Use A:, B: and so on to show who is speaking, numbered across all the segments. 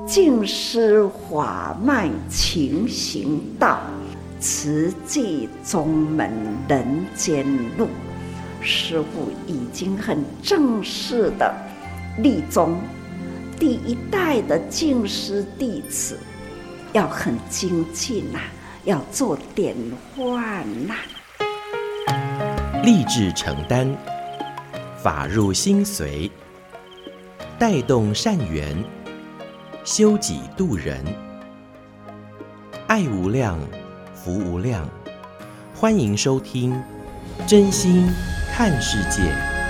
A: 净施法脉勤行道，慈济宗门人间路。师父已经很正式的立宗，第一代的净师弟子要很精进要做典范
B: 立志承担，法入心随，带动善缘，修己度人，爱无量，福无量。欢迎收听真心看世界。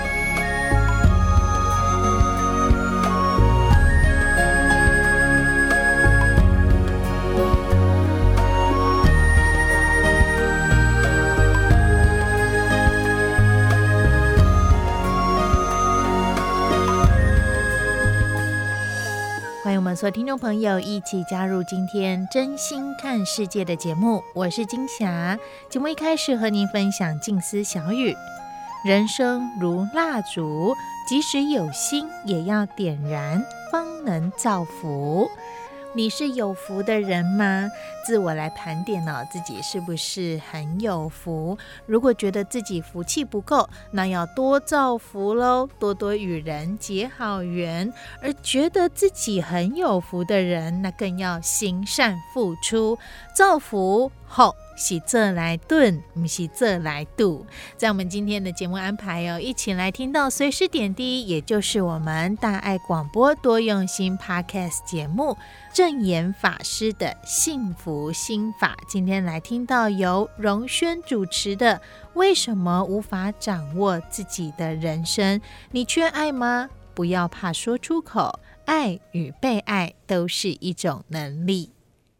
C: 欢迎我们所有听众朋友一起加入今天真心看世界的节目，我是金霞。节目一开始和您分享静思小语：人生如蜡烛，即使有心也要点燃，方能造福。你是有福的人吗？自我来盘点自己是不是很有福？如果觉得自己福气不够，那要多造福咯，多多与人结好缘。而觉得自己很有福的人，那更要行善付出，造福后是这来顿，不是这来度。在我们今天的节目安排一起来听到随时点滴，也就是我们大爱广播多用心 Podcast 节目正言法师的幸福心法。今天来听到由荣轩主持的为什么无法掌握自己的人生？你缺爱吗？不要怕说出口，爱与被爱都是一种能力。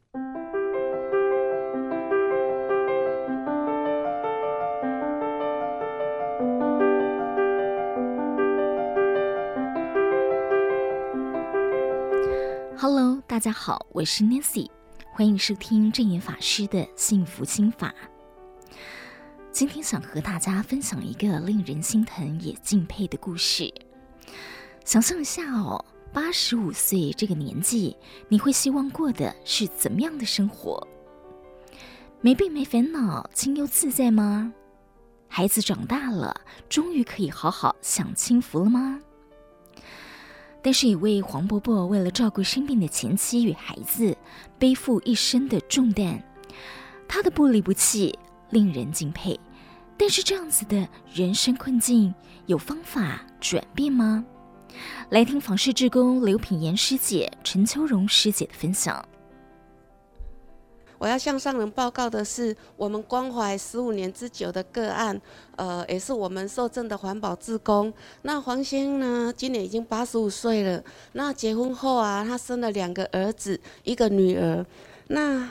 D: Hello， 大家好，我是 Nancy， 欢迎收听正言法师的幸福心法。今天想和大家分享一个令人心疼也敬佩的故事。想象一下85岁这个年纪，你会希望过的是怎么样的生活？没病没烦恼，清幽自在吗？孩子长大了，终于可以好好享清福了吗？但是一位黄伯伯为了照顾生病的前妻与孩子，背负一身的重担，他的不离不弃令人敬佩。但是这样子的人生困境，有方法转变吗？来听访视志工刘品言师姐、陈秋荣师姐的分享。
E: 我要向上人报告的是，我们关怀15年之久的个案，也是我们受证的环保志工。那黄先呢，今年已经85岁了。那结婚后他生了2个儿子，1个女儿。那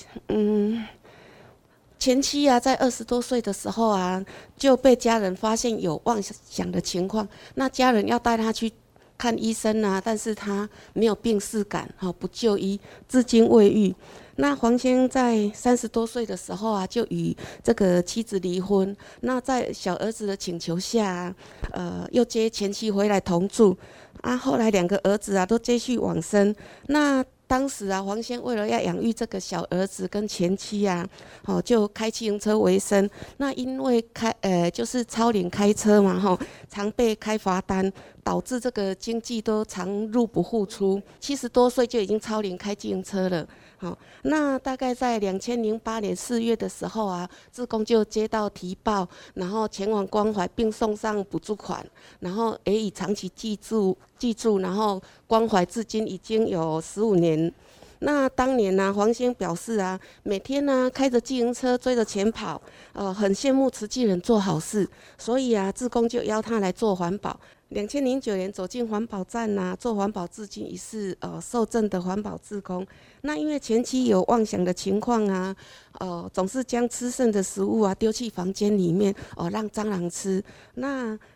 E: 前妻在20多岁的时候就被家人发现有妄想的情况。那家人要带他去看医生但是他没有病识感，不就医，至今未愈。那黄先在30多岁的时候就与这个妻子离婚。那在小儿子的请求下又接前妻回来同住。后来2个儿子都继续往生。那当时黄先为了要养育这个小儿子跟前妻就开汽行车为生。那因为就是超龄开车嘛常被开罚单，导致这个经济都常入不敷出。70多岁就已经超龄开自行车了。那大概在2008年4月的时候志工就接到提报，然后前往关怀并送上补助款，然后也已长期记住，然后关怀至今已经有15年。那当年黄先表示每天开着自行车追着钱跑，很羡慕慈济人做好事，所以志工就邀他来做环保。2009年走进环保站做环保至今已是受证的环保志工。那因为前期有妄想的情况总是将吃剩的食物丢弃房间里面让蟑螂吃。那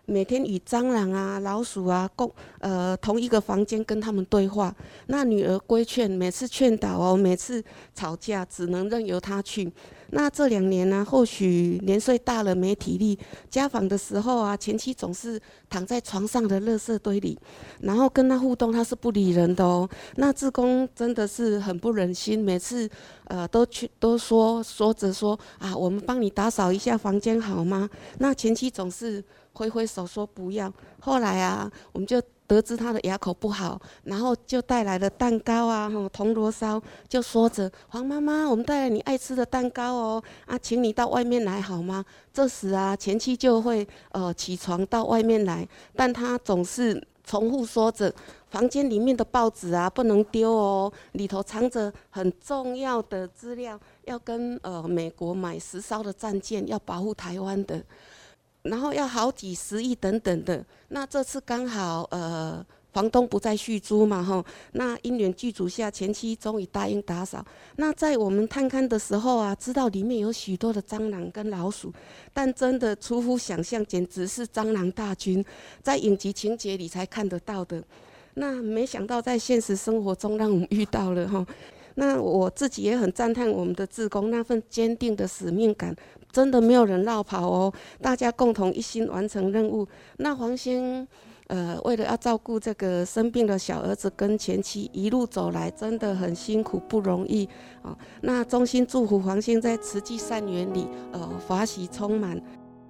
E: 每天与蟑螂啊、老鼠啊同一个房间跟他们对话。那女儿规劝，每次劝导哦，每次吵架只能任由他去。那这2年呢，或许年岁大了没体力，家访的时候啊，前妻总是躺在床上的垃圾堆里，然后跟他互动，他是不理人的哦。那志工真的是很不忍心，每次都说啊，我们帮你打扫一下房间好吗？那前妻总是挥挥手说不要。后来啊，我们就得知他的牙口不好，然后就带来了蛋糕啊，铜锣烧，就说着黄妈妈，我们带来你爱吃的蛋糕哦，啊，请你到外面来好吗？这时啊，前妻就会起床到外面来，但他总是重复说着，房间里面的报纸啊不能丢哦，里头藏着很重要的资料，要跟美国买10艘的战舰，要保护台湾的。然后要好几10亿等等的。那这次刚好房东不再续租嘛吼，那因缘具足下，前妻终于答应打扫。那在我们探勘的时候啊，知道里面有许多的蟑螂跟老鼠，但真的出乎想象，简直是蟑螂大军，在影集情节里才看得到的。那没想到在现实生活中让我们遇到了哈。那我自己也很赞叹我们的志工那份坚定的使命感，真的没有人落跑哦，大家共同一心完成任务。那黄先为了要照顾这个生病的小儿子跟前妻，一路走来真的很辛苦不容易哦。那衷心祝福黄先在慈济善缘里法喜充满。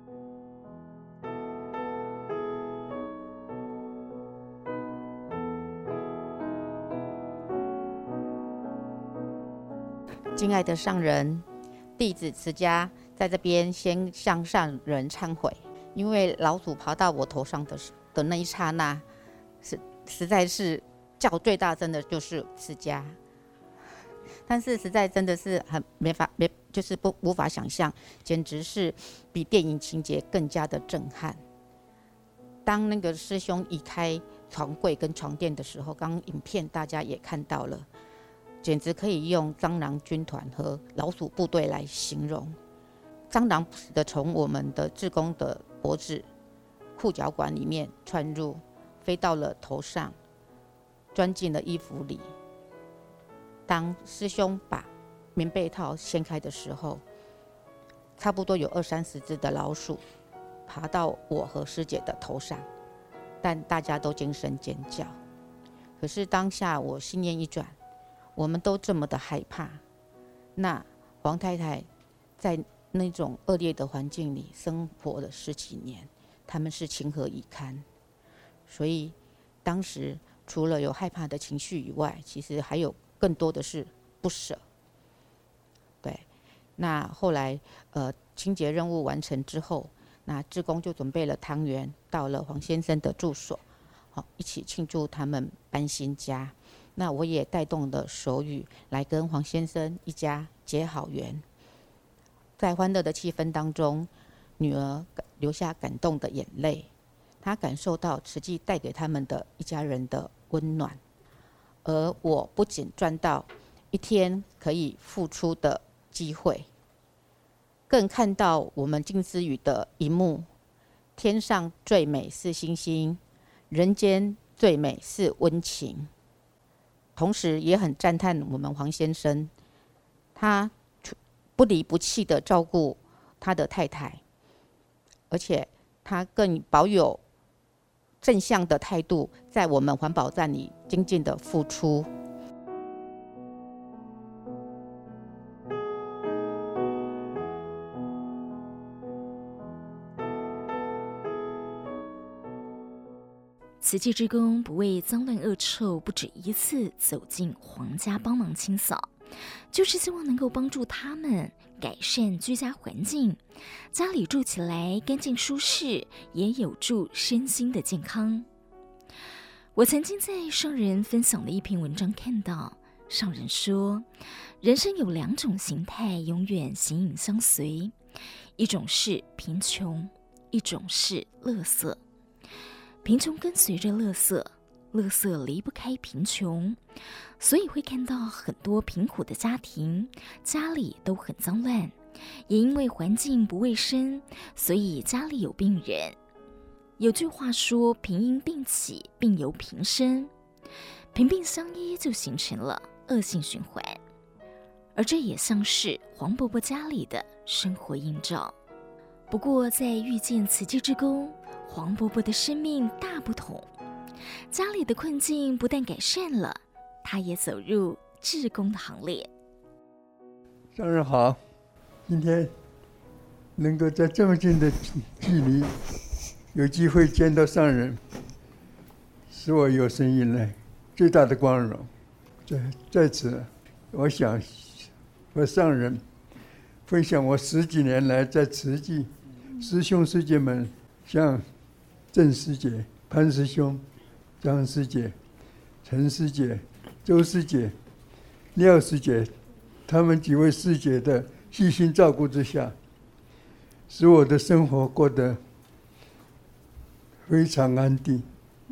F: 敬爱的上人，弟子慈家在这边先向上人忏悔，因为老鼠爬到我头上的那一刹那，实在是叫最大声的就是慈家，但是实在真的是很就是无法想象，简直是比电影情节更加的震撼。当那个师兄移开床柜跟床垫的时候，刚刚影片大家也看到了。简直可以用蟑螂军团和老鼠部队来形容。蟑螂不时地从我们的志工的脖子、裤脚管里面窜入，飞到了头上，钻进了衣服里。当师兄把棉被套掀开的时候，差不多有20-30只的老鼠爬到我和师姐的头上，但大家都惊声尖叫。可是当下我心念一转，我们都这么的害怕，那黄太太在那种恶劣的环境里生活了10几年，他们是情何以堪？所以当时除了有害怕的情绪以外，其实还有更多的是不舍。对，那后来清洁任务完成之后，那志工就准备了汤圆，到了黄先生的住所，一起庆祝他们搬新家。那我也带动了手语来跟黄先生一家结好缘。在欢乐的气氛当中，女儿流下感动的眼泪，她感受到慈济带给他们的一家人的温暖。而我不仅赚到一天可以付出的机会，更看到我们静思语的一幕：天上最美是星星，人间最美是温情。同时也很赞叹我们黄先生，他不离不弃的照顾他的太太，而且他更保有正向的态度，在我们环保站里精进的付出。
D: 慈济志工不畏脏乱恶臭，不止一次走进黄家帮忙清扫，就是希望能够帮助他们改善居家环境，家里住起来干净舒适，也有助身心的健康。我曾经在上人分享的一篇文章看到，上人说，人生有2种形态永远形影相随，一种是贫穷，一种是垃圾。贫穷跟随着垃圾，垃圾离不开贫穷，所以会看到很多贫苦的家庭，家里都很脏乱，也因为环境不卫生，所以家里有病人。 有句话说，平因病起，病由平生，平病相依就形成了恶性循环。而这也像是黄伯伯家里的生活映照。不过在遇见慈济志工，黄伯伯的生命大不同，家里的困境不但改善了，他也走入志工的行列。
G: 上人好，今天能够在这么近的距离有机会见到上人，是我有生以来最大的光荣。在此，我想和上人分享我10几年来在慈济师兄师姐们，像郑师姐、潘师兄、张师姐、陈师姐、周师姐、廖师姐，他们几位师姐的细心照顾之下，使我的生活过得非常安定。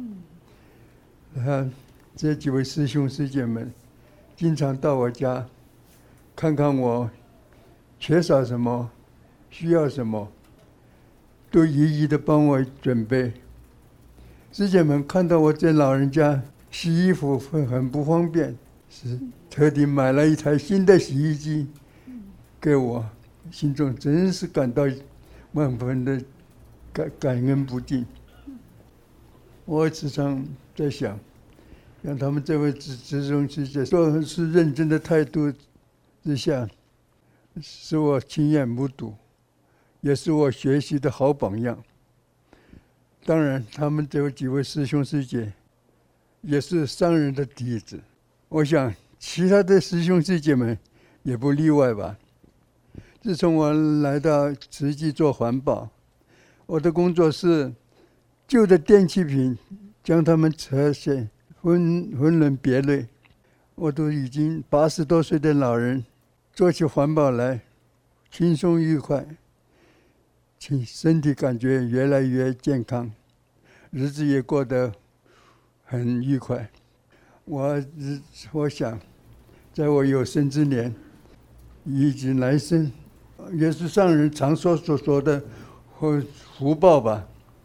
G: 这几位师兄师姐们经常到我家看看我缺少什么，需要什么，都一一的帮我准备。师姐们看到我在老人家洗衣服很不方便，是特地买了一台新的洗衣机给我，心中真是感到万分的感恩不尽。我时常在想，让他们这位师兄师姐做事认真的态度之下，是我亲眼目睹，也是我学习的好榜样。当然，他们这几位师兄师姐也是上人的弟子，我想其他的师兄师姐们也不例外吧。自从我来到慈济做环保，我的工作是旧的电器品将它们拆卸分门别类，我都已经80多岁的老人做起环保来轻松愉快，身体感觉越来越健康，日子也过得很愉快。我想在我有生之年以及来生，也是上人常所说的福报吧。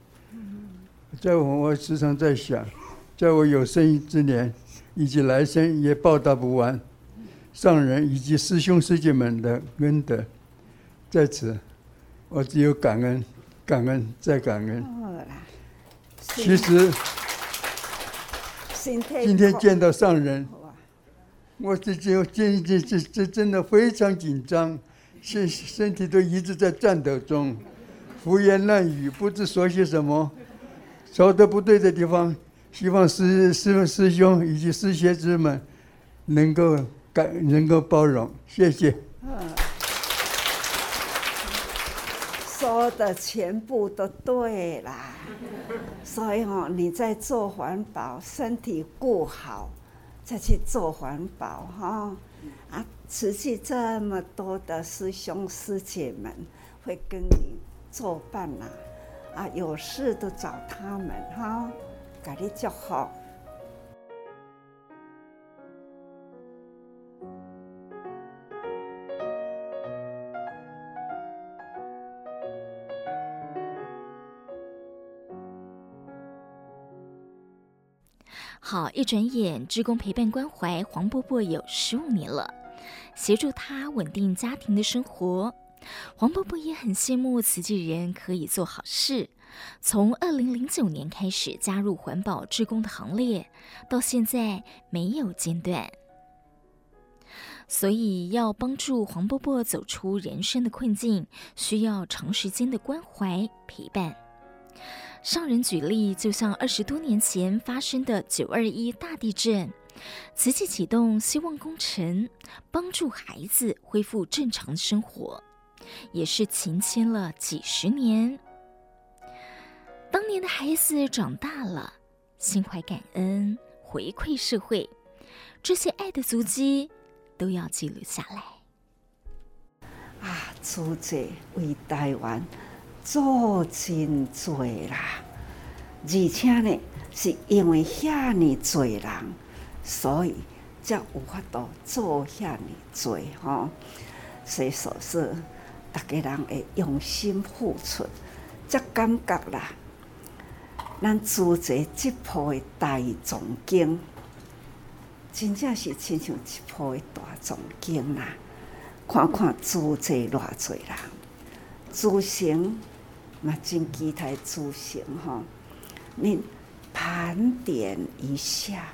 G: 我时常在想，在我有生之年以及来生也报答不完上人以及师兄师姐们的恩德，在此我只有感恩，感恩再感恩。其实今天见到上人，我这真的非常紧张，身体都一直在颤抖中，胡言乱语，不知说些什么，说的不对的地方，希望师兄以及师学子们能够包容，谢谢。
A: 说的全部都对啦，所以你在做环保，身体顾好，再去做环保慈济这么多的师兄师姐们会跟你作伴有事都找他们给你祝福。
D: 好，一转眼，志工陪伴关怀黄伯伯有15年了，协助他稳定家庭的生活。黄伯伯也很羡慕慈济人可以做好事，从2009年开始加入环保志工的行列，到现在没有间断。所以要帮助黄伯伯走出人生的困境，需要长时间的关怀陪伴。上人举例，就像20多年前发生的921大地震，慈济启动希望工程，帮助孩子恢复正常生活，也是情牵了几十年。当年的孩子长大了，心怀感恩，回馈社会，这些爱的足迹都要记录下来。
A: 慈济为台湾做真多啦，而且呢，是因为遐尼多人，所以才有法度做遐尼多所以说是大家人会用心付出，才感觉啦， 咱主这这部的大藏经，真正是亲像一部的大藏经啦。看看主这偌侪人，诸行嘛真期待诸行吼。恁盘点一下，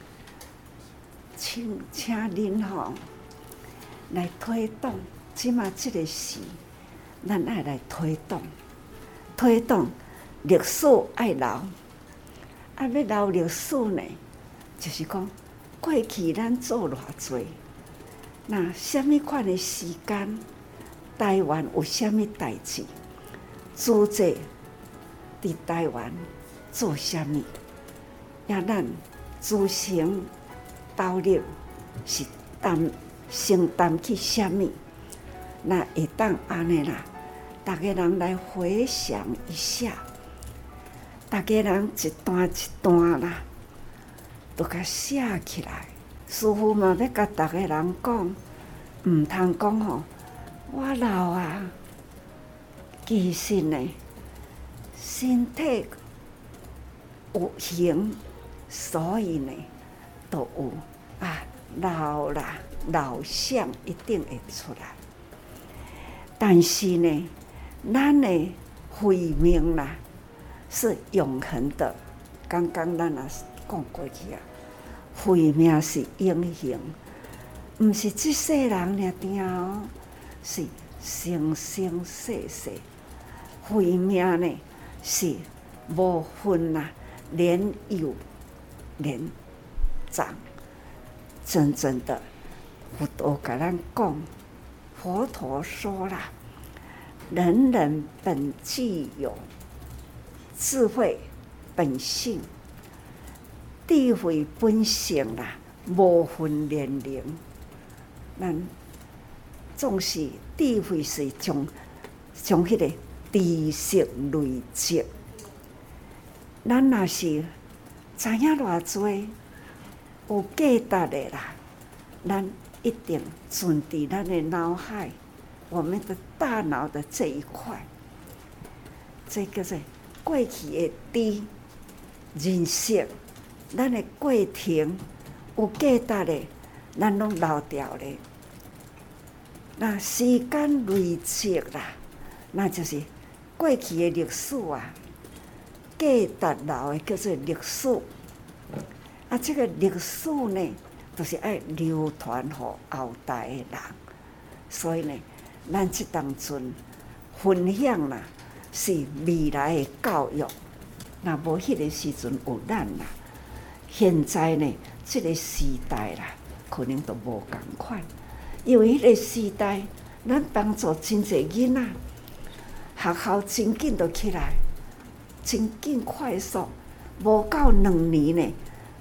A: 请恁吼来推动，即马即个时，咱爱来推动历史爱留，要留历史呢，就是讲过去咱做偌侪，那什么款的时间，台湾有什么代志，主这伫台湾做什么，也咱自行投入是承担去什么，那会当安尼啦，大家人来回想一下。大家人一段一段啦，都甲写起来。师父嘛要甲大家人讲，毋通讲吼，我老啊，其实呢，身体有形，所以呢，都有老啦，老相一定会出来。但是呢，咱的慧命啦。是永恒的，刚刚咱也讲过去啊，慧命是永恒，毋是这世人尔定哦，是生生世世。慧命呢是无分啦，年幼年长，真正的佛陀甲咱讲，佛陀说啦，人人本具有智慧本性，智慧本性啦，无分年龄。咱总是智慧是将迄个知识累积。咱若是知影偌济，有价值的啦，咱一定存伫咱的脑海，我们的大脑的这一块，这叫做过去的知认识，咱的过程有价值的，咱拢留掉咧。那时间累积啦，那就是过去的历史啊，价值留的叫做历史。这个历史呢，就是爱流传给后代的人。所以呢，咱这当阵分享啦。是未来的教育，若无迄个时阵有咱啦。现在呢，这个时代啦，可能都无共款，因为迄个时代，咱帮助真侪囡仔，学校真紧就起来，真紧快速，无到2年呢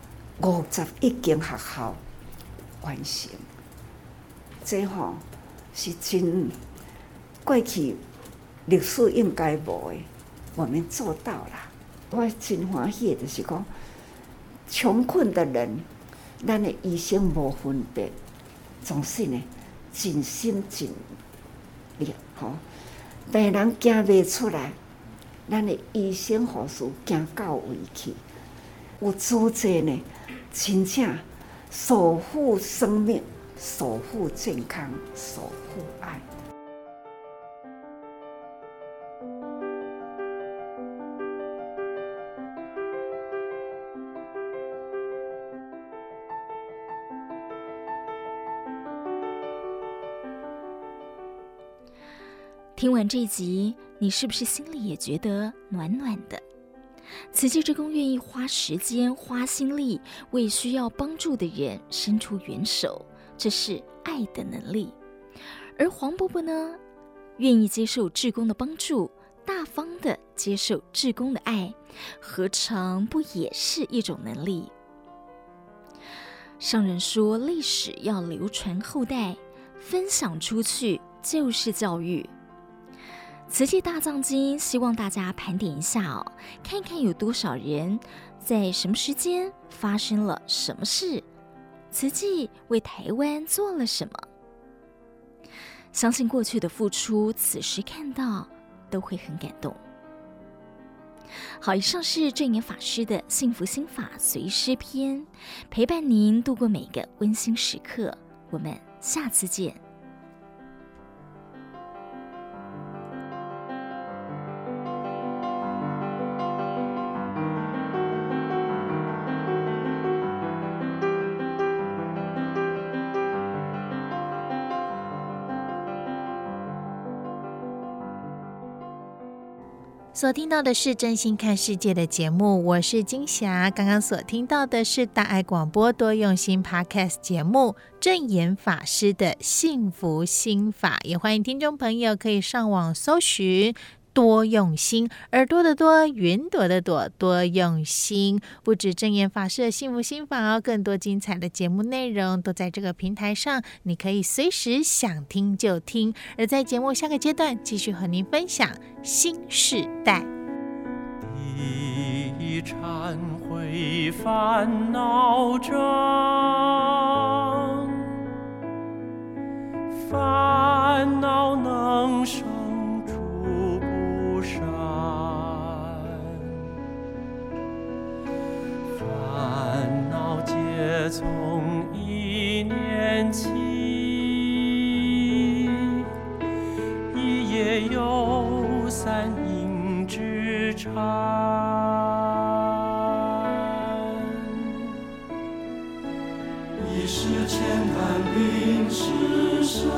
A: ，51间学校完成。这吼是真过去。历史应该无的，我们做到了。我真欢喜的就是讲，穷困的人，咱的医生无分别，总是呢尽心尽力吼。病人行袂出来，咱的医生护士行到位去，有组织呢，真正守护生命、守护健康、守护爱。
D: 听完这一集，你是不是心里也觉得暖暖的？慈济志工愿意花时间、花心力，为需要帮助的人伸出援手，这是爱的能力。而黄伯伯呢，愿意接受志工的帮助，大方的接受志工的爱，何尝不也是一种能力？上人说，历史要流传后代，分享出去就是教育。慈济大藏经希望大家盘点一下看看有多少人在什么时间发生了什么事，慈济为台湾做了什么。相信过去的付出，此时看到都会很感动。 好，以上是正言法师的幸福心法随师篇，陪伴您度过每个温馨时刻。我们下次见。
C: 所听到的是真心看世界的节目，我是金霞。刚刚所听到的是大爱广播多用心 Podcast 节目正言法师的幸福心法，也欢迎听众朋友可以上网搜寻多用心，耳朵的多，云朵的朵，多用心。不止正言法师的幸福心法哦，更多精彩的节目内容都在这个平台上，你可以随时想听就听。而在节目下个阶段，继续和您分享新世代。
H: 地忏悔烦恼障，烦恼能生善，烦恼皆从一念起，一夜有三因之缠，一是千担并施舍，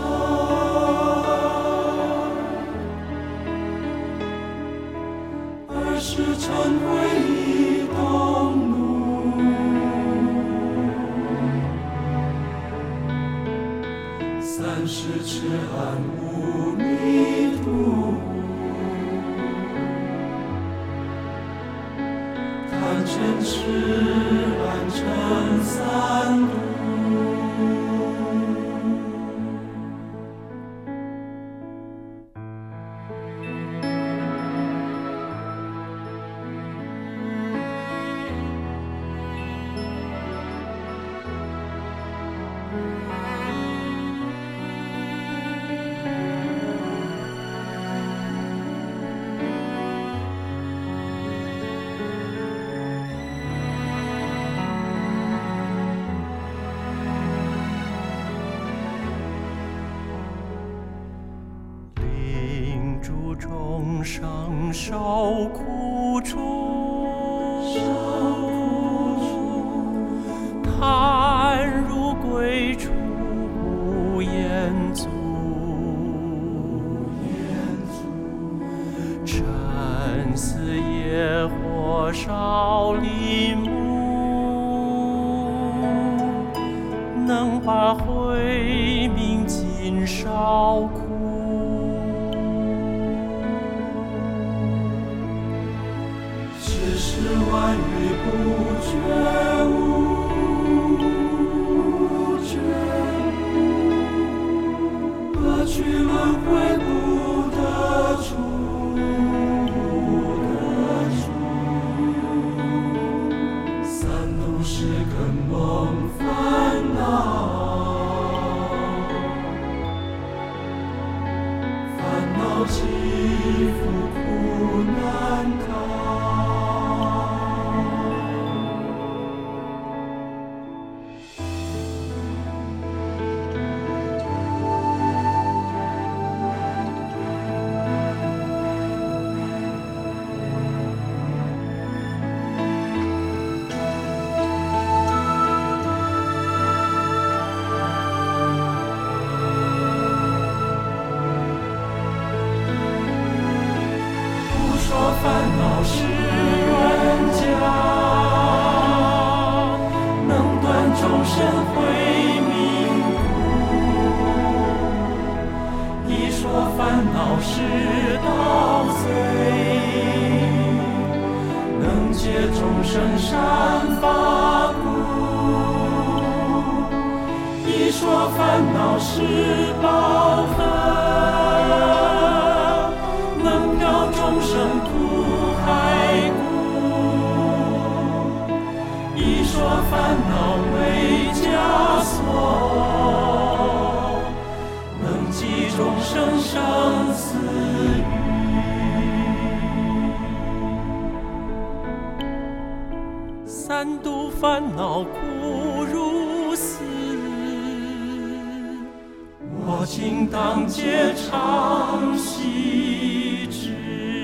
H: 是忏悔已动怒，三是痴汉无迷途，贪嗔痴暗成三毒。众生受苦处，贪入归处厌足，沉思野火烧林木，能把慧命尽烧苦。万语不觉悟，何去轮回不得出，三毒是根蒙烦恼，烦恼积福苦难逃。 三毒烦恼苦如死，我今当竭尝息之。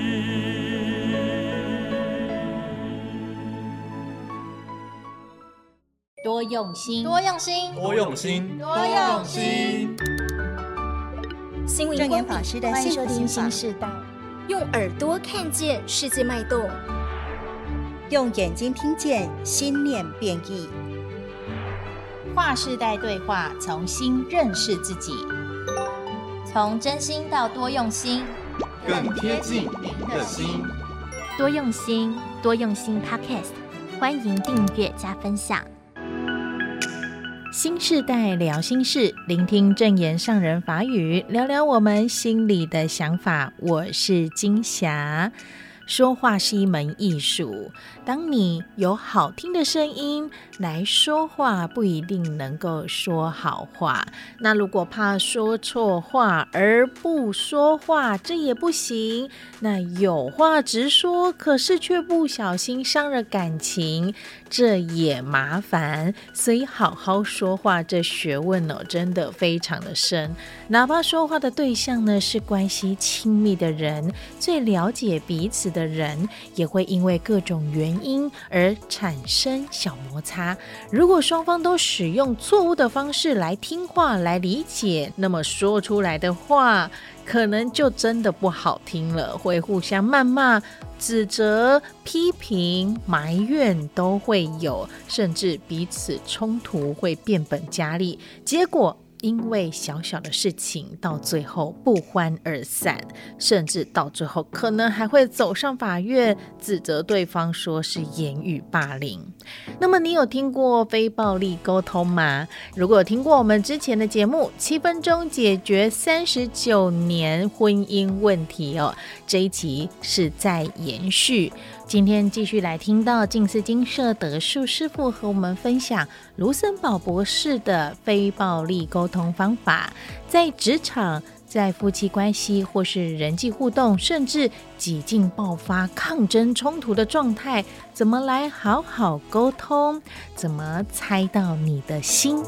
C: 多用心，
I: 多用心，
J: 多用心，
I: 多用心。
D: 新闻
I: 正言法师的幸福心法，
C: 新世代，
D: 用耳朵看见世界脉动，
I: 用眼睛听见心念变异。
C: 跨世代对话，重新认识自己，
I: 从真心到多用心，
J: 更贴近您的心。
D: 多用心，多用心 Podcast， 欢迎订阅加分享。
C: 新世代聊心事，聆听正言上人法语，聊聊我们心里的想法。我是金霞。说话是一门艺术，当你有好听的声音来说话，不一定能够说好话。那如果怕说错话而不说话，这也不行。那有话直说，可是却不小心伤了感情，这也麻烦。所以好好说话这学问真的非常的深。哪怕说话的对象呢是关系亲密的人，最了解彼此的人，也会因为各种原因而产生小摩擦。如果双方都使用错误的方式来听话来理解，那么说出来的话可能就真的不好听了，会互相谩骂、指责、批评、埋怨都会有，甚至彼此冲突会变本加厉，结果因为小小的事情到最后不欢而散，甚至到最后可能还会走上法院，指责对方说是言语霸凌。那么你有听过非暴力沟通吗？如果有听过我们之前的节目7分钟解决39年婚姻问题这一集是在延续。今天继续来听到静思精舍德树师父和我们分享卢森堡博士的非暴力沟通方法，在职场、在夫妻关系或是人际互动，甚至几近爆发抗争冲突的状态，怎么来好好沟通？怎么猜到你的心？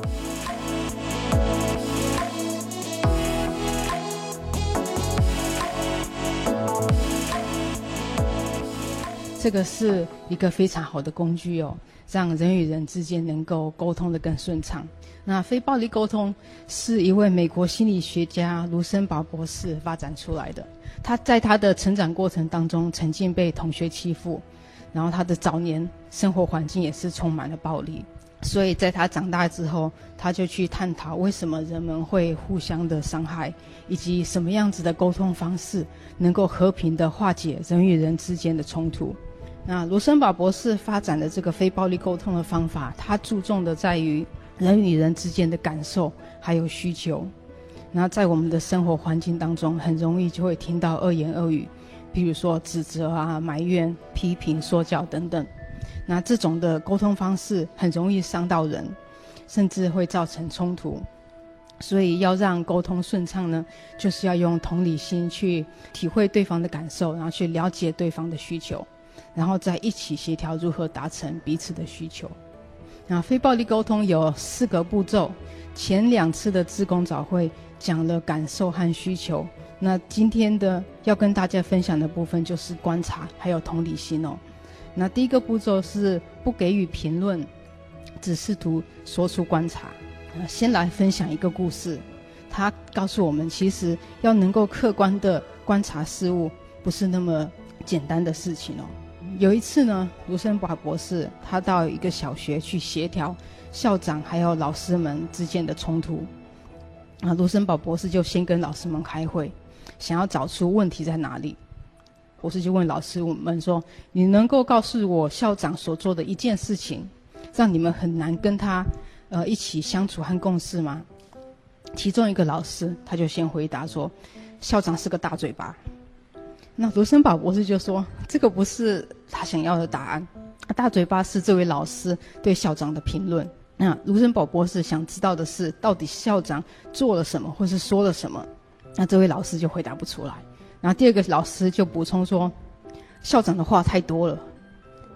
K: 这个是一个非常好的工具让人与人之间能够沟通得更顺畅。那非暴力沟通是一位美国心理学家卢森堡博士发展出来的。他在他的成长过程当中曾经被同学欺负，然后他的早年生活环境也是充满了暴力，所以在他长大之后，他就去探讨为什么人们会互相的伤害，以及什么样子的沟通方式能够和平的化解人与人之间的冲突。那卢森堡博士发展的这个非暴力沟通的方法，他注重的在于人与人之间的感受还有需求。那在我们的生活环境当中，很容易就会听到恶言恶语，比如说指责啊、埋怨、批评、说教等等。那这种的沟通方式很容易伤到人，甚至会造成冲突。所以要让沟通顺畅呢，就是要用同理心去体会对方的感受，然后去了解对方的需求，然后再一起协调如何达成彼此的需求。那非暴力沟通有4个步骤，前2次的志工早会讲了感受和需求，那今天的要跟大家分享的部分就是观察还有同理心那第一个步骤是不给予评论，只试图说出观察。先来分享一个故事，他告诉我们，其实要能够客观的观察事物不是那么简单的事情有一次呢，卢森堡博士他到一个小学去协调校长还有老师们之间的冲突。卢森堡博士就先跟老师们开会，想要找出问题在哪里。博士就问老师们说，你能够告诉我校长所做的一件事情，让你们很难跟他一起相处和共事吗？其中一个老师他就先回答说，校长是个大嘴巴。那卢森堡博士就说，这个不是他想要的答案，大嘴巴是这位老师对校长的评论。那卢森堡博士想知道的是，到底校长做了什么或是说了什么。那这位老师就回答不出来。然后第二个老师就补充说，校长的话太多了，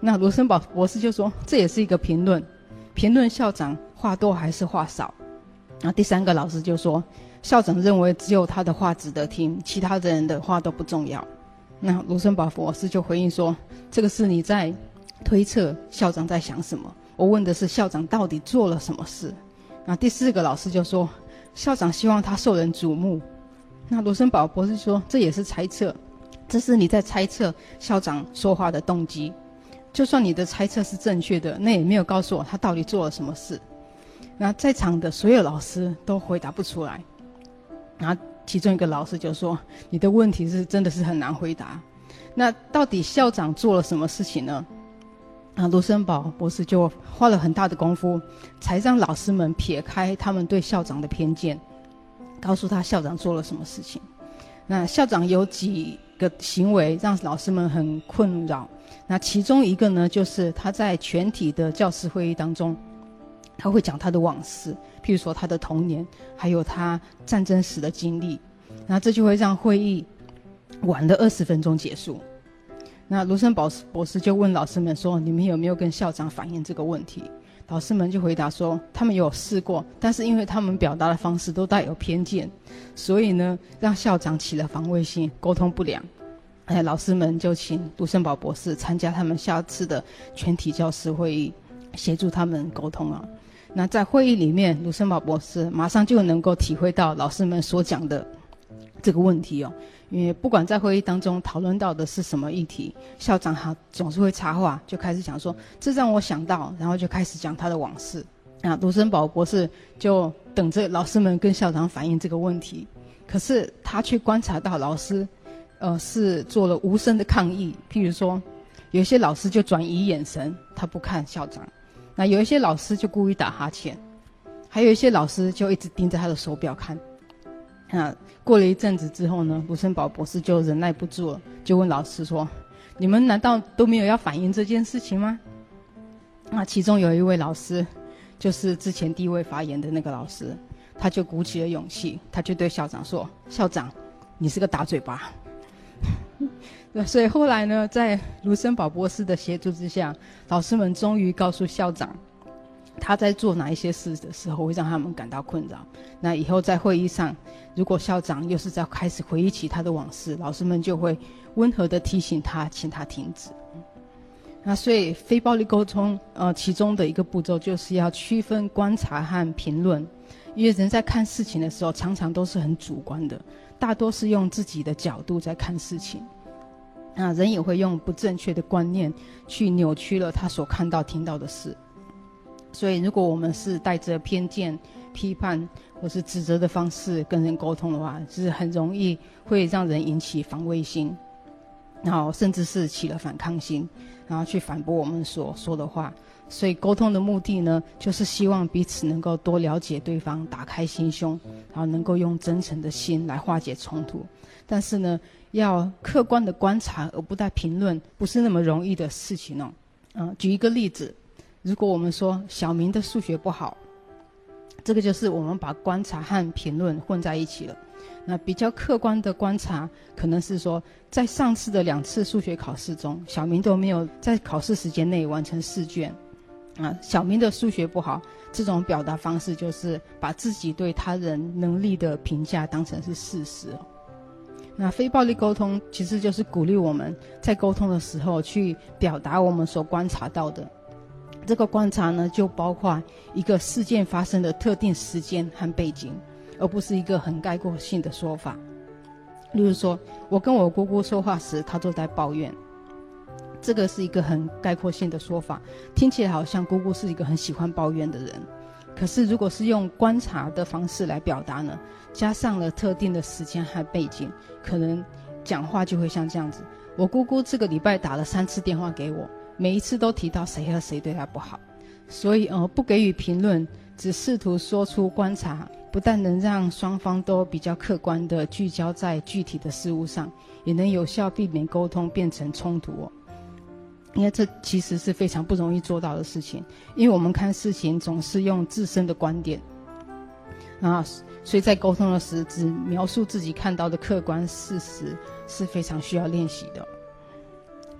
K: 那卢森堡博士就说这也是一个评论校长话多还是话少。然后第3个老师就说校长认为只有他的话值得听，其他的人的话都不重要。那卢森堡博士就回应说，这个是你在推测校长在想什么，我问的是校长到底做了什么事。那第4个老师就说校长希望他受人瞩目。那卢森堡博士说这也是猜测，这是你在猜测校长说话的动机，就算你的猜测是正确的，那也没有告诉我他到底做了什么事。那在场的所有老师都回答不出来。然后其中一个老师就说你的问题是真的是很难回答，那到底校长做了什么事情呢？卢森堡博士就花了很大的功夫才让老师们撇开他们对校长的偏见，告诉他校长做了什么事情。那校长有几个行为让老师们很困扰，那其中一个呢，就是他在全体的教师会议当中，他会讲他的往事，譬如说他的童年，还有他战争时的经历，那这就会让会议晚了20分钟结束。那卢森堡博士就问老师们说，你们有没有跟校长反映这个问题？老师们就回答说他们有试过，但是因为他们表达的方式都带有偏见，所以呢让校长起了防卫心，沟通不良。老师们就请卢森堡博士参加他们下次的全体教师会议，协助他们沟通啊。那在会议里面，卢森堡博士马上就能够体会到老师们所讲的这个问题哦。因为不管在会议当中讨论到的是什么议题，校长总是会插话，就开始讲说这让我想到，然后就开始讲他的往事。卢森堡博士就等着老师们跟校长反映这个问题，可是他却观察到老师是做了无声的抗议。譬如说有一些老师就转移眼神，他不看校长，那有一些老师就故意打哈欠，还有一些老师就一直盯着他的手表看。过了一阵子之后呢，卢森堡博士就忍耐不住了，就问老师说，你们难道都没有要反映这件事情吗？那其中有一位老师，就是之前第一位发言的那个老师，他就鼓起了勇气，他就对校长说，校长你是个大嘴巴。所以后来呢，在卢森堡博士的协助之下，老师们终于告诉校长他在做哪一些事的时候会让他们感到困扰。那以后在会议上，如果校长又是在开始回忆起他的往事，老师们就会温和地提醒他，请他停止。那所以非暴力沟通其中的一个步骤就是要区分观察和评论。因为人在看事情的时候常常都是很主观的，大多是用自己的角度在看事情。人也会用不正确的观念去扭曲了他所看到听到的事。所以如果我们是带着偏见、批判或是指责的方式跟人沟通的话，是很容易会让人引起防卫心，然后甚至是起了反抗心，然后去反驳我们所说的话。所以沟通的目的呢，就是希望彼此能够多了解对方，打开心胸，然后能够用真诚的心来化解冲突。但是呢，要客观的观察而不带评论，不是那么容易的事情哦。举一个例子，如果我们说小明的数学不好，这个就是我们把观察和评论混在一起了。那比较客观的观察可能是说，在上次的2次数学考试中，小明都没有在考试时间内完成试卷。小明的数学不好，这种表达方式就是把自己对他人能力的评价当成是事实。那非暴力沟通其实就是鼓励我们在沟通的时候去表达我们所观察到的。这个观察呢，就包括一个事件发生的特定时间和背景，而不是一个很概括性的说法。例如说，我跟我姑姑说话时，她都在抱怨，这个是一个很概括性的说法，听起来好像姑姑是一个很喜欢抱怨的人。可是如果是用观察的方式来表达呢，加上了特定的时间和背景，可能讲话就会像这样子，我姑姑这个礼拜打了3次电话给我，每一次都提到谁和谁对她不好。所以不给予评论，只试图说出观察，不但能让双方都比较客观地聚焦在具体的事物上，也能有效避免沟通变成冲突哦。因为这其实是非常不容易做到的事情，因为我们看事情总是用自身的观点，所以在沟通的时只描述自己看到的客观事实是非常需要练习的。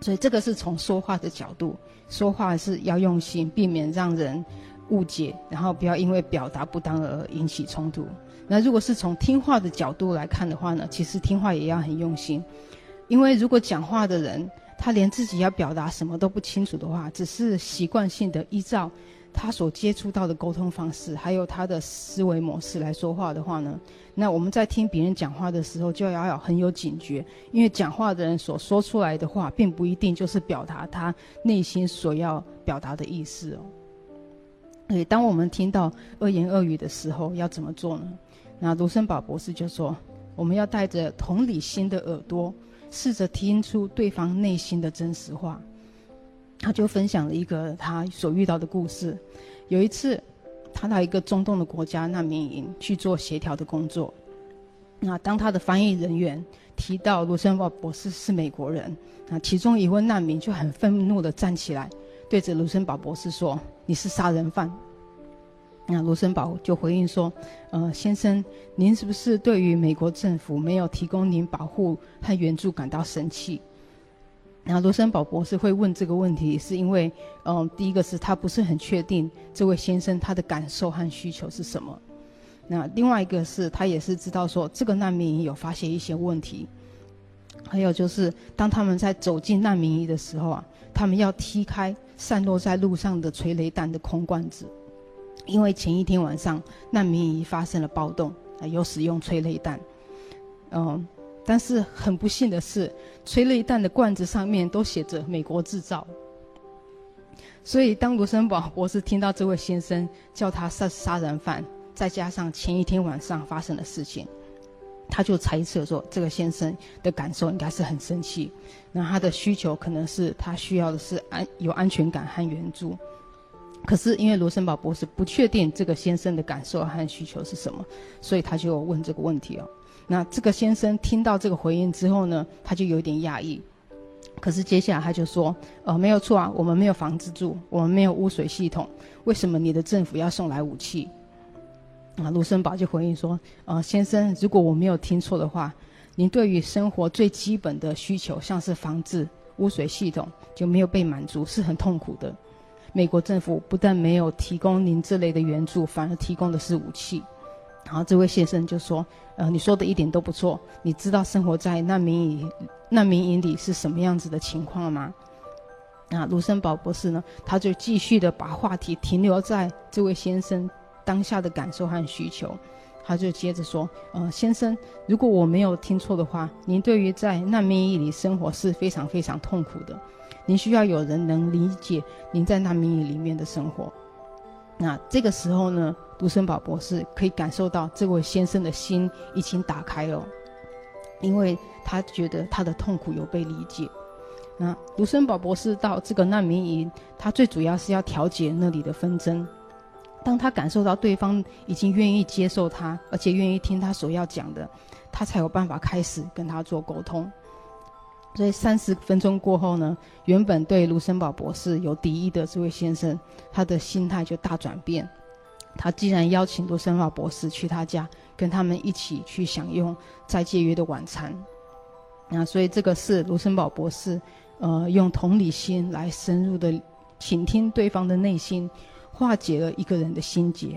K: 所以这个是从说话的角度，说话是要用心，避免让人误解，然后不要因为表达不当而引起冲突。那如果是从听话的角度来看的话呢，其实听话也要很用心，因为如果讲话的人他连自己要表达什么都不清楚的话，只是习惯性的依照他所接触到的沟通方式还有他的思维模式来说话的话呢，那我们在听别人讲话的时候就要很有警觉，因为讲话的人所说出来的话并不一定就是表达他内心所要表达的意思哦。所以当我们听到恶言恶语的时候要怎么做呢？那卢森堡博士就说，我们要带着同理心的耳朵，试着听出对方内心的真实话。他就分享了一个他所遇到的故事。有一次他到一个中东的国家难民营去做协调的工作，那当他的翻译人员提到卢森堡博士是美国人，那其中一位难民就很愤怒地站起来对着卢森堡博士说，你是杀人犯。那卢森堡就回应说，先生，您是不是对于美国政府没有提供您保护和援助感到生气？那卢森堡博士会问这个问题是因为第一个是他不是很确定这位先生他的感受和需求是什么，那另外一个是他也是知道说这个难民营有发现一些问题，还有就是当他们在走进难民营的时候啊，他们要踢开散落在路上的催泪弹的空罐子，因为前一天晚上难民营发生了暴动，有使用催泪弹，但是很不幸的是，催泪弹的罐子上面都写着美国制造。所以当卢森堡博士听到这位先生叫他杀人犯，再加上前一天晚上发生的事情，他就猜测说这个先生的感受应该是很生气，那他的需求可能是他需要的是有安全感和援助。可是因为卢森堡博士不确定这个先生的感受和需求是什么，所以他就问这个问题哦。那这个先生听到这个回应之后呢，他就有点讶异，可是接下来他就说没有错啊，我们没有房子住，我们没有污水系统，为什么你的政府要送来武器？卢森堡就回应说先生，如果我没有听错的话，您对于生活最基本的需求像是房子、污水系统就没有被满足，是很痛苦的。美国政府不但没有提供您这类的援助，反而提供的是武器。然后这位先生就说你说的一点都不错，你知道生活在难民营里是什么样子的情况吗？那卢森堡博士呢，他就继续的把话题停留在这位先生当下的感受和需求。他就接着说先生，如果我没有听错的话，您对于在难民营里生活是非常非常痛苦的，您需要有人能理解您在难民营里面的生活。那这个时候呢，卢森堡博士可以感受到这位先生的心已经打开了，因为他觉得他的痛苦有被理解。那卢森堡博士到这个难民营，他最主要是要调解那里的纷争。当他感受到对方已经愿意接受他，而且愿意听他所要讲的，他才有办法开始跟他做沟通。所以30分钟过后呢，原本对卢森堡博士有敌意的这位先生，他的心态就大转变。他竟然邀请卢森堡博士去他家，跟他们一起去享用再戒约的晚餐。那所以这个是卢森堡博士用同理心来深入的倾听对方的内心，化解了一个人的心结。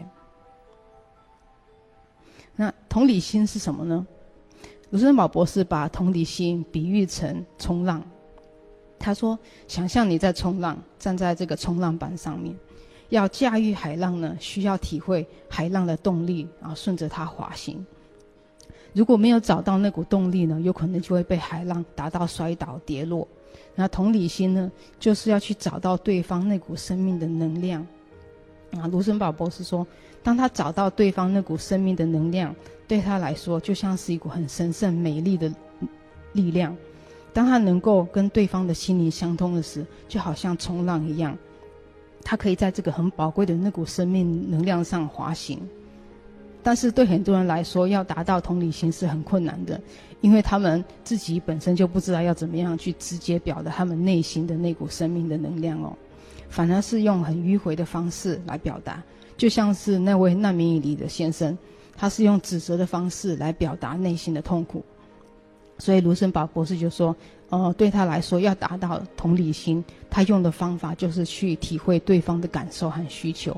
K: 那同理心是什么呢？卢森堡博士把同理心比喻成冲浪。他说，想象你在冲浪，站在这个冲浪板上面，要驾驭海浪呢，需要体会海浪的动力，然后顺着它滑行。如果没有找到那股动力呢，有可能就会被海浪打到摔倒跌落。那同理心呢，就是要去找到对方那股生命的能量。卢森堡博士说，当他找到对方那股生命的能量，对他来说就像是一股很神圣美丽的力量。当他能够跟对方的心灵相通的时，就好像冲浪一样，他可以在这个很宝贵的那股生命能量上滑行。但是对很多人来说，要达到同理心是很困难的，因为他们自己本身就不知道要怎么样去直接表达他们内心的那股生命的能量反而是用很迂回的方式来表达。就像是那位难民营里的先生，他是用指责的方式来表达内心的痛苦。 所以卢森堡博士就说，对他来说要达到同理心，他用的方法就是去体会对方的感受和需求。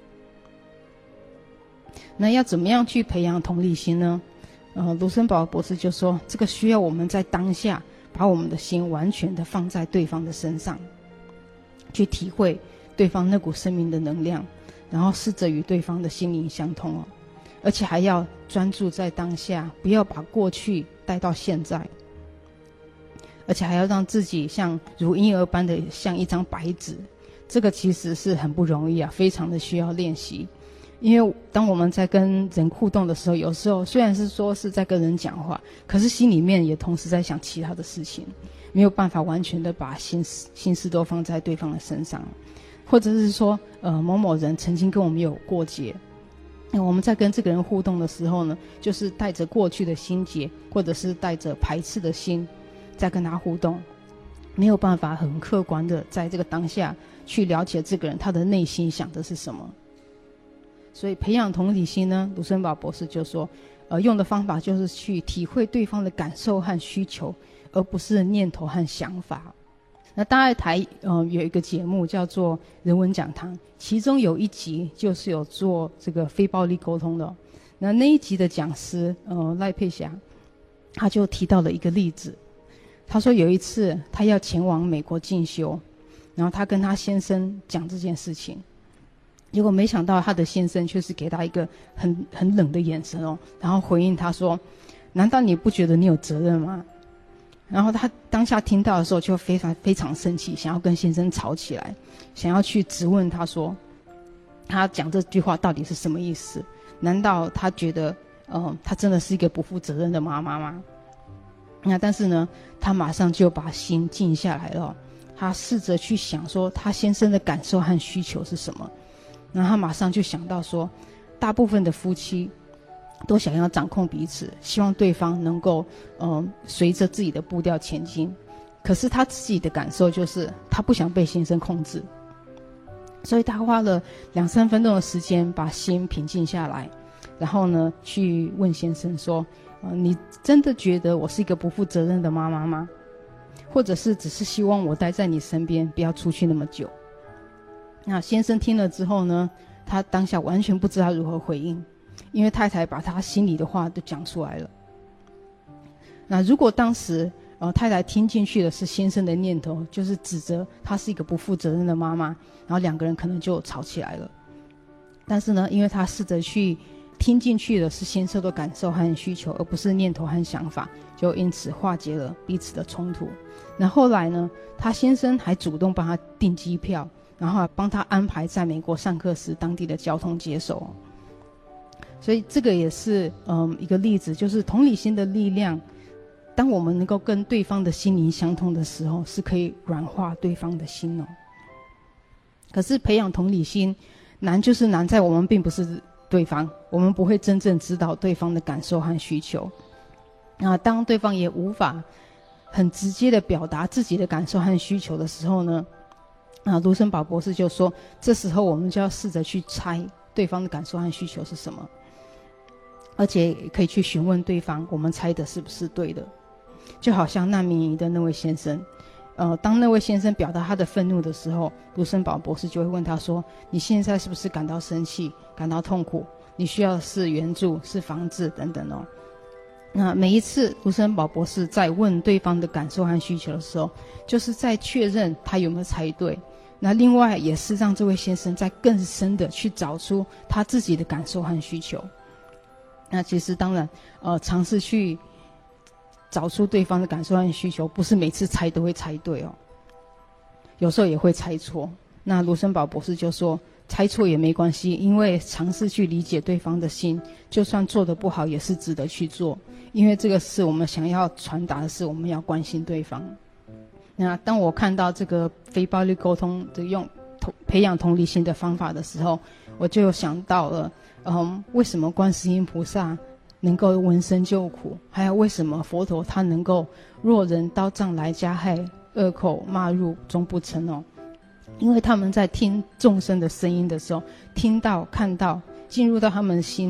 K: 那要怎么样去培养同理心呢？卢森堡博士就说，这个需要我们在当下把我们的心完全的放在对方的身上，去体会对方那股生命的能量，然后试着与对方的心灵相通而且还要专注在当下，不要把过去带到现在，而且还要让自己像如婴儿般的像一张白纸。这个其实是很不容易非常的需要练习。因为当我们在跟人互动的时候，有时候虽然是说是在跟人讲话，可是心里面也同时在想其他的事情，没有办法完全的把心思都放在对方的身上。或者是说某某人曾经跟我们有过节，我们在跟这个人互动的时候呢，就是带着过去的心结，或者是带着排斥的心在跟他互动，没有办法很客观的在这个当下去了解这个人他的内心想的是什么。所以培养同理心呢，卢森堡博士就说用的方法就是去体会对方的感受和需求，而不是念头和想法。那大爱台有一个节目叫做人文讲堂，其中有一集就是有做这个非暴力沟通的。那一集的讲师赖佩霞，他就提到了一个例子。他说有一次他要前往美国进修，然后他跟他先生讲这件事情，结果没想到他的先生却是给他一个很冷的眼神然后回应他说，难道你不觉得你有责任吗？然后他当下听到的时候就非常非常生气，想要跟先生吵起来，想要去质问他说，他讲这句话到底是什么意思？难道他觉得他真的是一个不负责任的妈妈吗？那但是呢，他马上就把心静下来了，他试着去想说他先生的感受和需求是什么。然后他马上就想到说，大部分的夫妻都想要掌控彼此，希望对方能够随着自己的步调前进，可是他自己的感受就是他不想被先生控制，所以他花了2-3分钟的时间把心平静下来，然后呢去问先生说，你真的觉得我是一个不负责任的妈妈吗？或者是只是希望我待在你身边，不要出去那么久？那先生听了之后呢，他当下完全不知道如何回应，因为太太把他心里的话都讲出来了。那如果当时太太听进去的是先生的念头，就是指责他是一个不负责任的妈妈，然后2个人可能就吵起来了。但是呢，因为他试着去听进去的是先生的感受和需求，而不是念头和想法，就因此化解了彼此的冲突。那后来呢，他先生还主动帮他订机票，然后帮他安排在美国上课时当地的交通接送。所以这个也是一个例子，就是同理心的力量，当我们能够跟对方的心灵相通的时候，是可以软化对方的心可是培养同理心难，就是难在我们并不是对方，我们不会真正知道对方的感受和需求。当对方也无法很直接的表达自己的感受和需求的时候呢，卢森堡博士就说，这时候我们就要试着去猜对方的感受和需求是什么，而且也可以去询问对方，我们猜的是不是对的。就好像难民营的那位先生，当那位先生表达他的愤怒的时候，卢森堡博士就会问他说，你现在是不是感到生气，感到痛苦？你需要的是援助，是房子等等那每一次卢森堡博士在问对方的感受和需求的时候，就是在确认他有没有猜对，那另外也是让这位先生在更深的去找出他自己的感受和需求。那其实当然尝试去找出对方的感受和需求，不是每次猜都会猜对有时候也会猜错。那卢森堡博士就说，猜错也没关系，因为尝试去理解对方的心，就算做得不好也是值得去做，因为这个是我们想要传达的是，我们要关心对方。那当我看到这个非暴力沟通的用培养同理心的方法的时候，我就想到了为什么观世音菩萨能够闻声救苦，还有为什么佛陀他能够若人刀杖来加害，恶口骂入终不成因为他们在听众生的声音的时候，听到看到进入到他们心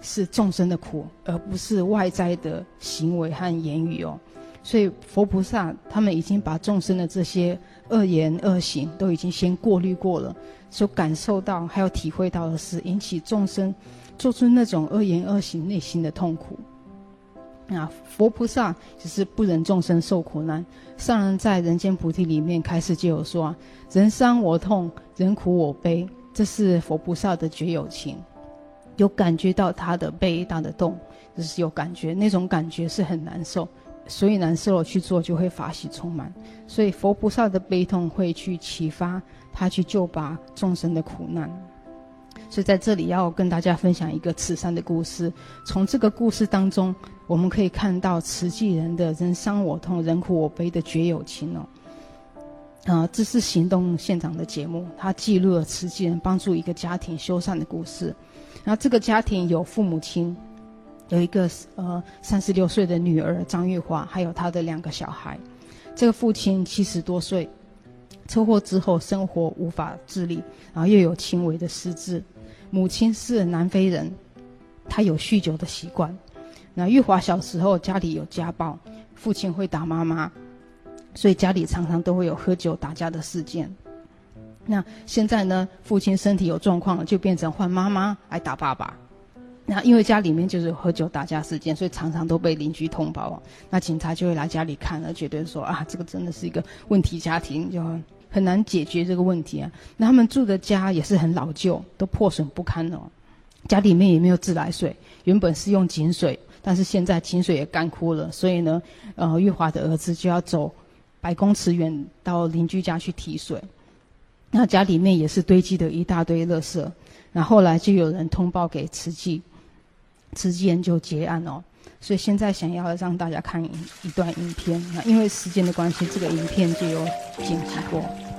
K: 是众生的苦，而不是外在的行为和言语哦。所以佛菩萨他们已经把众生的这些恶言恶行都已经先过滤过了，所感受到还有体会到的是引起众生做出那种恶言恶行内心的痛苦。那佛菩萨只是不忍众生受苦难，上人在人间菩提里面开始就有说，人伤我痛，人苦我悲，这是佛菩萨的觉有情，有感觉到他的悲他的痛，就是有感觉，那种感觉是很难受，所以难受了去做就会法喜充满，所以佛菩萨的悲痛会去启发他去救拔众生的苦难。所以在这里要跟大家分享一个慈善的故事，从这个故事当中我们可以看到慈济人的人伤我痛人苦我悲的觉有情哦。这是行动现场的节目，它记录了慈济人帮助一个家庭修缮的故事。然后这个家庭有父母亲，有一个36岁的女儿张玉华，还有她的2个小孩。这个父亲70多岁，车祸之后生活无法自理，然后又有轻微的失智。母亲是南非人，她有酗酒的习惯。那玉华小时候家里有家暴，父亲会打妈妈，所以家里常常都会有喝酒打架的事件。那现在呢，父亲身体有状况了，就变成换妈妈来打爸爸。那因为家里面就是有喝酒打架事件，所以常常都被邻居通报。那警察就会来家里看了，觉得说啊，这个真的是一个问题家庭，就很难解决这个问题啊。那他们住的家也是很老旧，都破损不堪哦。家里面也没有自来水，原本是用井水，但是现在井水也干枯了，所以呢，玉华的儿子就要走100公尺远到邻居家去提水。那家里面也是堆积的一大堆垃圾。然后后来就有人通报给慈济，慈济人就结案哦。所以现在想要让大家看一段影片，那因为时间的关系，这个影片就有剪辑过。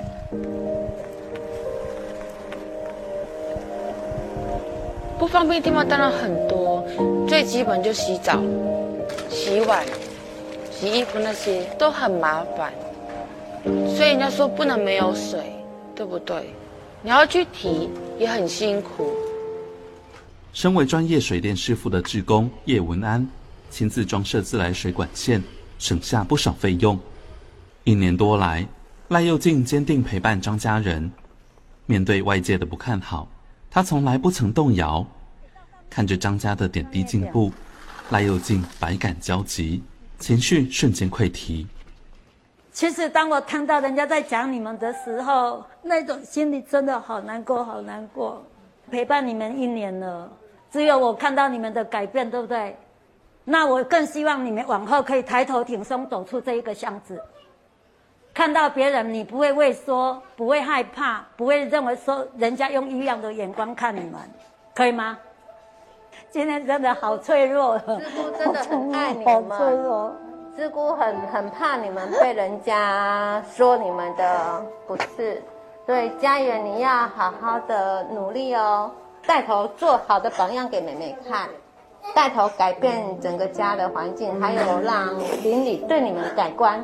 L: 不方便的地方当然很多，最基本就洗澡、洗碗、洗衣服那些都很麻烦，所以人家说不能没有水，对不对？你要去提也很辛苦。
M: 身为专业水电师傅的志工叶文安，亲自装设自来水管线，省下不少费用。1年多来，赖佑静坚定陪伴张家人，面对外界的不看好，他从来不曾动摇。看着张家的点滴进步，赖佑静百感交集，情绪瞬间溃堤。
N: 其实当我看到人家在讲你们的时候，那种心里真的好难过好难过。陪伴你们1年了，只有我看到你们的改变，对不对？那我更希望你们往后可以抬头挺胸走出这一个巷子，看到别人你不会畏缩，不会害怕，不会认为说人家用异样的眼光看你们，可以吗？今天真的好脆弱，
O: 师姑真的很爱你们，
N: 好脆弱。
O: 师姑很怕你们被人家说你们的不是，所以家园你要好好的努力哦，带头做好的榜样给妹妹看，带头改变整个家的环境，还有让邻里对你们改观。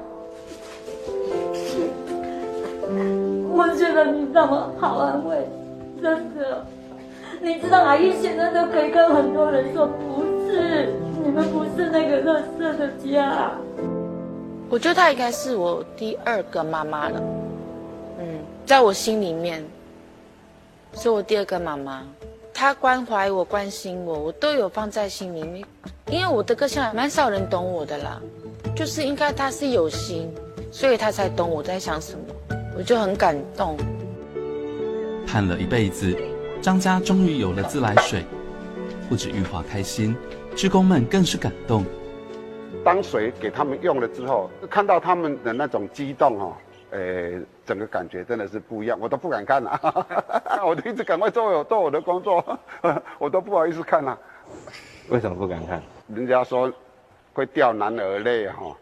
N: 我觉得你这么好安慰，真的。你知道阿姨现在都可以跟很多人说，不是，你们不是那个垃圾的家。
L: 我觉得她应该是我第2个妈妈了，在我心里面是我第2个妈妈。她关怀我、关心我，我都有放在心里面。因为我的个性蛮少人懂我的啦，就是应该她是有心，所以她才懂我在想什么，我就很感动。
M: 盼了一辈子，张家终于有了自来水，不止玉华开心，志工们更是感动。
P: 当水给他们用了之后，看到他们的那种激动整个感觉真的是不一样，我都不敢看了，我都一直赶快做我的工作，我都不好意思看了。
Q: 为什么不敢看？
P: 人家说会掉男儿泪哈，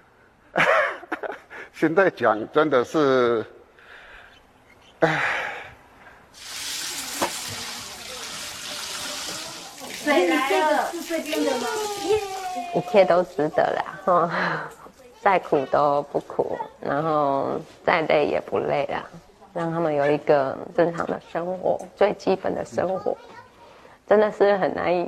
P: 现在讲真的是，
N: 水来了，是这边的吗？
O: 一切都值得啦，再苦都不苦，然后再累也不累啦，让他们有一个正常的生活，最基本的生活，真的是很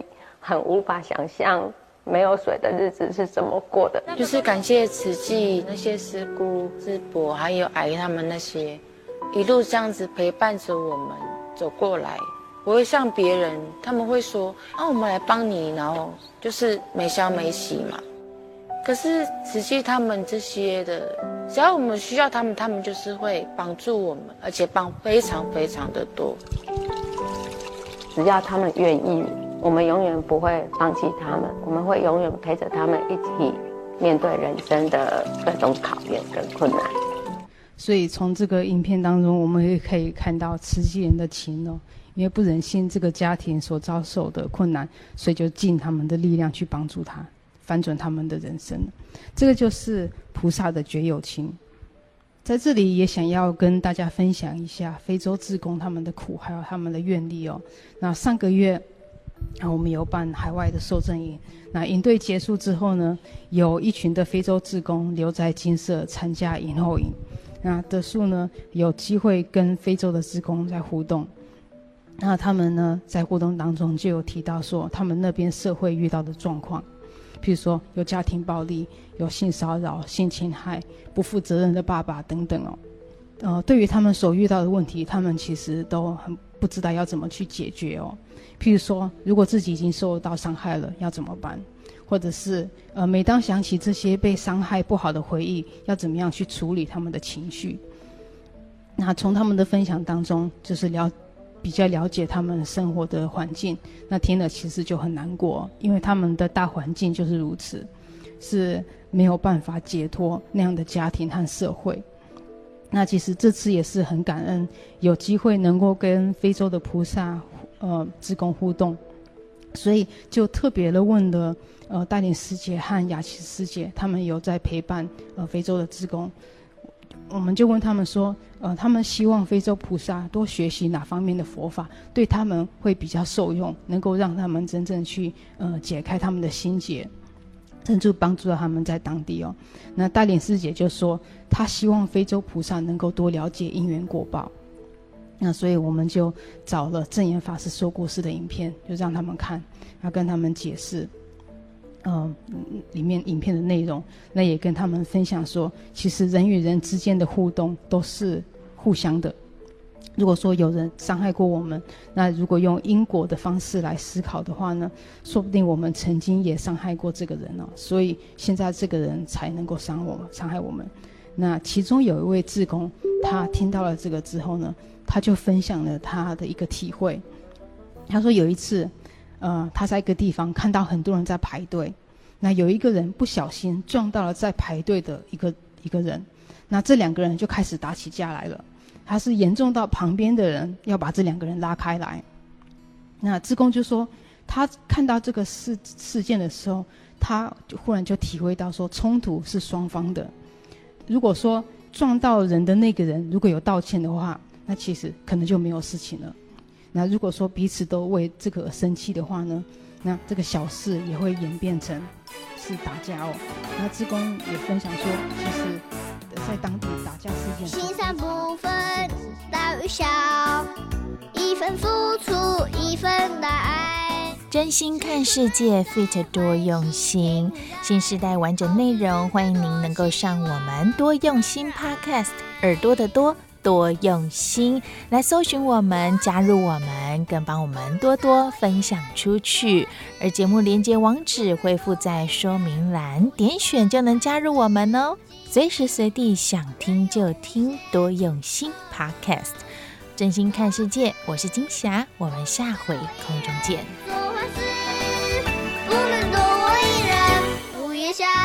O: 很无法想象没有水的日子是怎么过的。
L: 就是感谢慈济那些师姑、师伯还有阿姨他们那些一路这样子陪伴着我们走过来。不会像别人，他们会说我们来帮你，然后就是没消没息嘛。可是慈济他们这些的，只要我们需要他们，他们就是会帮助我们，而且帮非常非常的多。
O: 只要他们愿意，我们永远不会放弃他们，我们会永远陪着他们一起面对人生的各种考验跟困难。
K: 所以从这个影片当中，我们也可以看到慈济人的情哦，因为不忍心这个家庭所遭受的困难，所以就尽他们的力量去帮助他，翻转他们的人生。这个就是菩萨的觉有情。在这里也想要跟大家分享一下非洲志工他们的苦，还有他们的愿力哦。那上个月我们有办海外的受证营，那营队结束之后呢，有一群的非洲志工留在金色参加营后营。那德树呢有机会跟非洲的志工在互动，那他们呢在互动当中就有提到说他们那边社会遇到的状况，譬如说有家庭暴力、有性骚扰、性侵害、不负责任的爸爸等等哦。对于他们所遇到的问题，他们其实都很不知道要怎么去解决哦。譬如说，如果自己已经受到伤害了，要怎么办？或者是每当想起这些被伤害不好的回忆，要怎么样去处理他们的情绪？那从他们的分享当中，就是比较了解他们生活的环境，那听了其实就很难过，因为他们的大环境就是如此，是没有办法解脱那样的家庭和社会。那其实这次也是很感恩，有机会能够跟非洲的菩萨志工互动，所以就特别的问了带领师姐和雅琪师姐，他们有在陪伴非洲的志工。我们就问他们说他们希望非洲菩萨多学习哪方面的佛法对他们会比较受用，能够让他们真正去解开他们的心结，甚至帮助到他们在当地哦。那带领师姐就说她希望非洲菩萨能够多了解因缘果报，那所以我们就找了证严法师说故事的影片，就让他们看，要跟他们解释里面影片的内容，那也跟他们分享说，其实人与人之间的互动都是互相的。如果说有人伤害过我们，那如果用因果的方式来思考的话呢，说不定我们曾经也伤害过这个人哦，所以现在这个人才能够伤害我们。那其中有一位志工，他听到了这个之后呢，他就分享了他的一个体会。他说有一次他在一个地方看到很多人在排队，那有一个人不小心撞到了在排队的一个人，那这两个人就开始打起架来了，他是严重到旁边的人要把这两个人拉开来。那志工就说他看到这个事件的时候，他就忽然就体会到说冲突是双方的，如果说撞到人的那个人如果有道歉的话，那其实可能就没有事情了。那如果说彼此都为这个而生气的话呢，那这个小事也会演变成是打架哦。那志工也分享说，其实在当地打架是一件
R: 心善不分大与小，一分付出一分来。
C: 真心看世界 fit 多用心，新时代完整内容，欢迎您能够上我们多用心 Podcast 耳朵的多用心来搜寻我们，加入我们，更帮我们多多分享出去。而节目连结网址会附在说明栏，点选就能加入我们哦。随时随地想听就听，多用心 Podcast， 真心看世界，我是金霞，我们下回空中见。
R: 做坏事不能多我一人，午夜下